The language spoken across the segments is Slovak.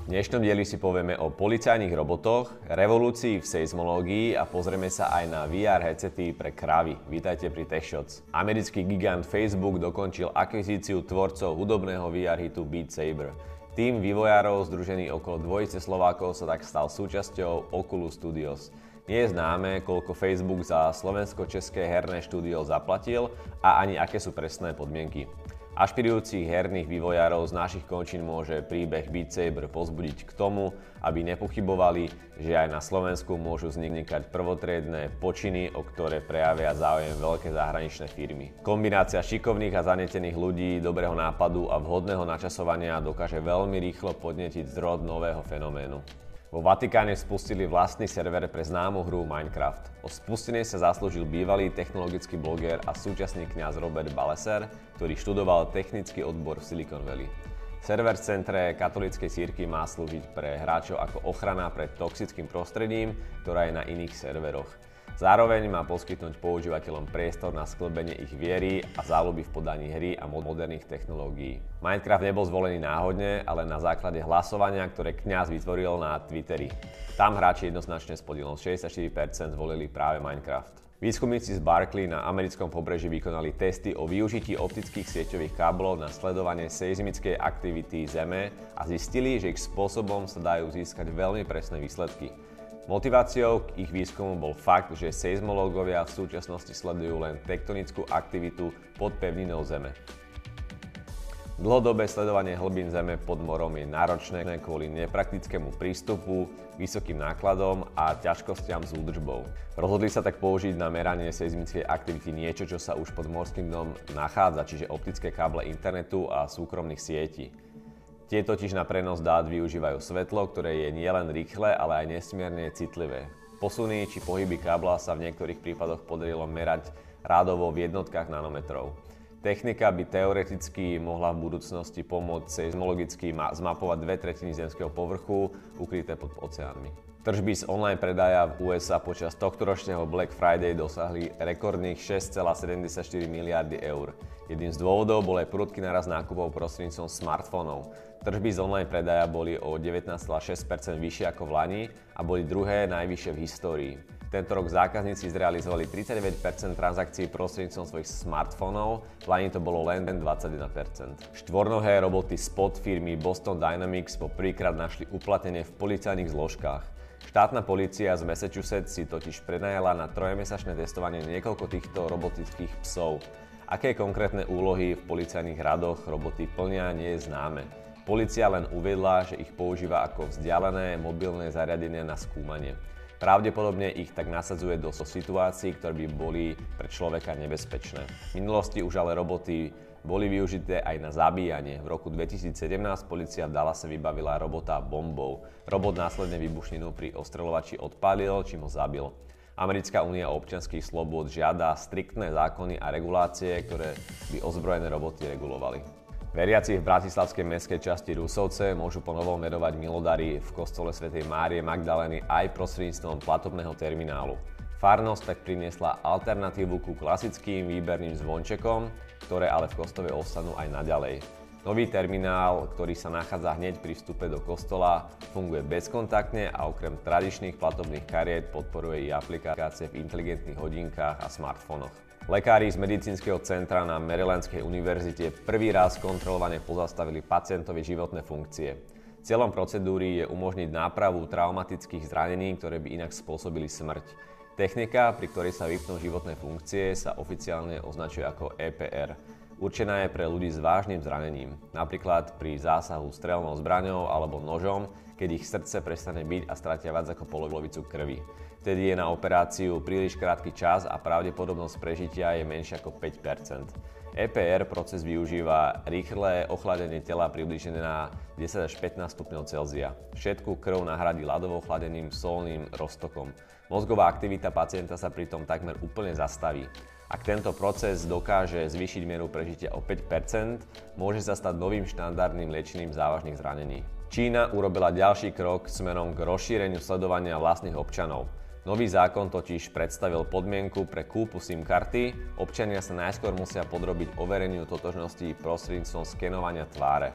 V dnešnom dieli si povieme o policajných robotoch, revolúcii v seizmológii a pozrieme sa aj na VR headsety pre kravy. Vítajte pri TechShots. Americký gigant Facebook dokončil akvizíciu tvorcov hudobného VR hitu Beat Saber. Tým vývojárov združený okolo dvojice Slovákov sa tak stal súčasťou Oculus Studios. Nie je známe, koľko Facebook za slovensko-české herné štúdio zaplatil a ani aké sú presné podmienky. Ašpirujúcich herných vývojárov z našich končín môže príbeh Beat Saber povzbudiť k tomu, aby nepochybovali, že aj na Slovensku môžu vznikať prvotriedne počiny, o ktoré prejavia záujem veľké zahraničné firmy. Kombinácia šikovných a zanietených ľudí, dobrého nápadu a vhodného načasovania dokáže veľmi rýchlo podnetiť zrod nového fenoménu. Vo Vatikáne spustili vlastný server pre známu hru Minecraft. O spustenie sa zaslúžil bývalý technologický bloger a súčasný kňaz Robert Baleser, ktorý študoval technický odbor v Silicon Valley. Server v centre katolíckej cirkvi má slúžiť pre hráčov ako ochrana pred toxickým prostredím, ktorá je na iných serveroch. Zároveň má poskytnúť používateľom priestor na sklbenie ich viery a záľuby v podaní hry a moderných technológií. Minecraft nebol zvolený náhodne, ale na základe hlasovania, ktoré kňaz vytvoril na Twitteri. Tam hráči jednoznačne s podielom 64% zvolili práve Minecraft. Výskumníci z Berkeley na americkom pobreží vykonali testy o využití optických sieťových káblov na sledovanie seizmickej aktivity Zeme a zistili, že ich spôsobom sa dajú získať veľmi presné výsledky. Motiváciou k ich výskumu bol fakt, že seizmológovia v súčasnosti sledujú len tektonickú aktivitu pod pevninou Zeme. Dlhodobé sledovanie hlbín Zeme pod morom je náročné kvôli nepraktickému prístupu, vysokým nákladom a ťažkostiam s údržbou. Rozhodli sa tak použiť na meranie seizmickej aktivity niečo, čo sa už pod morským dnom nachádza, čiže optické káble internetu a súkromných sietí. Tie totiž na prenos dát využívajú svetlo, ktoré je nielen rýchle, ale aj nesmierne citlivé. Posuny či pohyby kábla sa v niektorých prípadoch podarilo merať rádovo v jednotkách nanometrov. Technika by teoreticky mohla v budúcnosti pomôcť seizmologicky zmapovať 2/3 zemského povrchu ukryté pod oceánmi. Tržby z online predaja v USA počas tohtoročného Black Friday dosahli rekordných 6,74 miliardy eur. Jedným z dôvodov bol aj prudký nárast nákupov prostredníctvom smartfónov. Tržby z online predaja boli o 19,6% vyššie ako v lani a boli druhé najvyššie v histórii. Tento rok zákazníci zrealizovali 39% transakcií prostredníctvom svojich smartfónov, v lani to bolo len 21%. Štvornohé roboty Spot firmy Boston Dynamics poprvýkrát našli uplatnenie v policajných zložkách. Štátna polícia z Massachusetts si totiž prenajala na trojmesačné testovanie niekoľko týchto robotických psov. Aké konkrétne úlohy v policajných radoch roboty plnia, nie je známe. Polícia len uviedla, že ich používa ako vzdialené mobilné zariadenia na skúmanie. Pravdepodobne ich tak nasadzuje do situácií, ktoré by boli pre človeka nebezpečné. V minulosti už ale roboty boli využité aj na zabíjanie. V roku 2017 polícia v Dallase vybavila robota bombou. Robot následne výbušninu pri ostreľovači odpálil, čím ho zabil. Americká únia občianskych slobôd žiada striktné zákony a regulácie, ktoré by ozbrojené roboty regulovali. Veriaci v bratislavskej mestskej časti Rusovce môžu ponovom verovať milodary v kostole svätej Márie Magdalény aj prostredníctvom platobného terminálu. Farnosť tak priniesla alternatívu ku klasickým výberným zvončekom, ktoré ale v kostole ostanú aj naďalej. Nový terminál, ktorý sa nachádza hneď pri vstupe do kostola, funguje bezkontaktne a okrem tradičných platobných kariet podporuje i aplikácie v inteligentných hodinkách a smartfónoch. Lekári z medicínskeho centra na Marylandskej univerzite prvý raz kontrolovane pozastavili pacientovi životné funkcie. Cieľom procedúry je umožniť nápravu traumatických zranení, ktoré by inak spôsobili smrť. Technika, pri ktorej sa vypnú životné funkcie, sa oficiálne označuje ako EPR. Určená je pre ľudí s vážnym zranením, napríklad pri zásahu strelnou zbraňou alebo nožom, keď ich srdce prestane byť a stratia viac ako polovicu krvi. Vtedy je na operáciu príliš krátky čas a pravdepodobnosť prežitia je menšia ako 5%. EPR proces využíva rýchle ochladenie tela približne na 10 až 15 stupňov Celzia. Všetku krv nahradí ľadovo chladeným solným roztokom. Mozgová aktivita pacienta sa pritom takmer úplne zastaví. Ak tento proces dokáže zvýšiť mieru prežitia o 5%, môže sa stať novým štandardným liečením závažných zranení. Čína urobila ďalší krok smerom k rozšíreniu sledovania vlastných občanov. Nový zákon totiž predstavil podmienku pre kúpu SIM karty. Občania sa najskôr musia podrobiť overeniu totožnosti prostredníctvom skenovania tváre.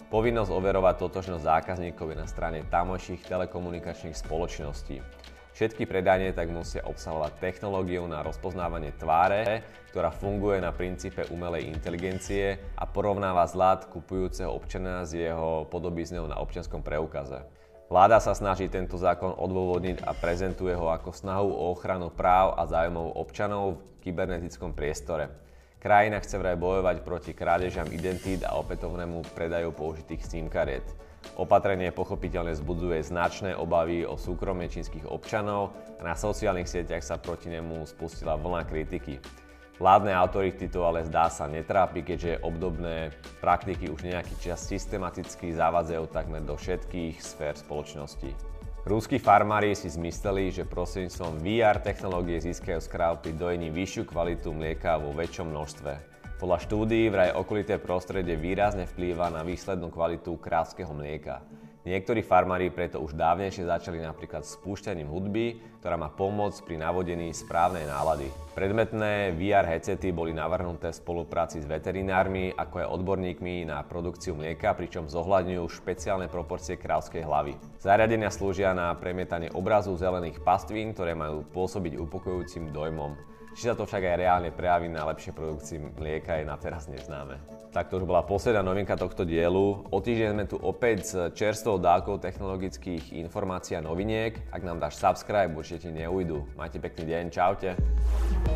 Povinnosť overovať totožnosť zákazníkov je na strane tamojších telekomunikačných spoločností. Všetky predajne tak musia obsahovať technológiu na rozpoznávanie tváre, ktorá funguje na princípe umelej inteligencie a porovnáva zlat kupujúceho občana s jeho podobizňou na občianskom preukaze. Vláda sa snaží tento zákon odôvodniť a prezentuje ho ako snahu o ochranu práv a záujmov občanov v kybernetickom priestore. Krajina chce vraj bojovať proti krádežam identít a opätovnému predaju použitých SIM kariet. Opatrenie pochopiteľne vzbudzuje značné obavy o súkromie čínskych občanov a na sociálnych sieťach sa proti nemu spustila vlna kritiky. Vládne autority to ale zdá sa netrápi, keďže obdobné praktiky už nejaký čas systematicky zavádzajú takmer do všetkých sfér spoločnosti. Ruskí farmári si zmysleli, že prostredníctvom VR technológie získajú z kráv pri dojení vyššiu kvalitu mlieka vo väčšom množstve. Podľa štúdií vraj okolité prostredie výrazne vplýva na výslednú kvalitu krávskeho mlieka. Niektorí farmári preto už dávnejšie začali napríklad s spúšťaním hudby, ktorá má pomôcť pri navodení správnej nálady. Predmetné VR headsety boli navrhnuté v spolupráci s veterinármi ako aj odborníkmi na produkciu mlieka, pričom zohľadňujú špeciálne proporcie krávskej hlavy. Zariadenia slúžia na premietanie obrazu zelených pastvín, ktoré majú pôsobiť upokojujúcim dojmom. Či sa to však aj reálne prejaví na lepšej produkcii mlieka, je na teraz neznáme. Tak to už bola posledná novinka tohto dielu. O týždeň sme tu opäť s čerstvou dávkou technologických informácií a noviniek. Ak nám dáš subscribe, určite ti neujdu. Majte pekný deň, čaute.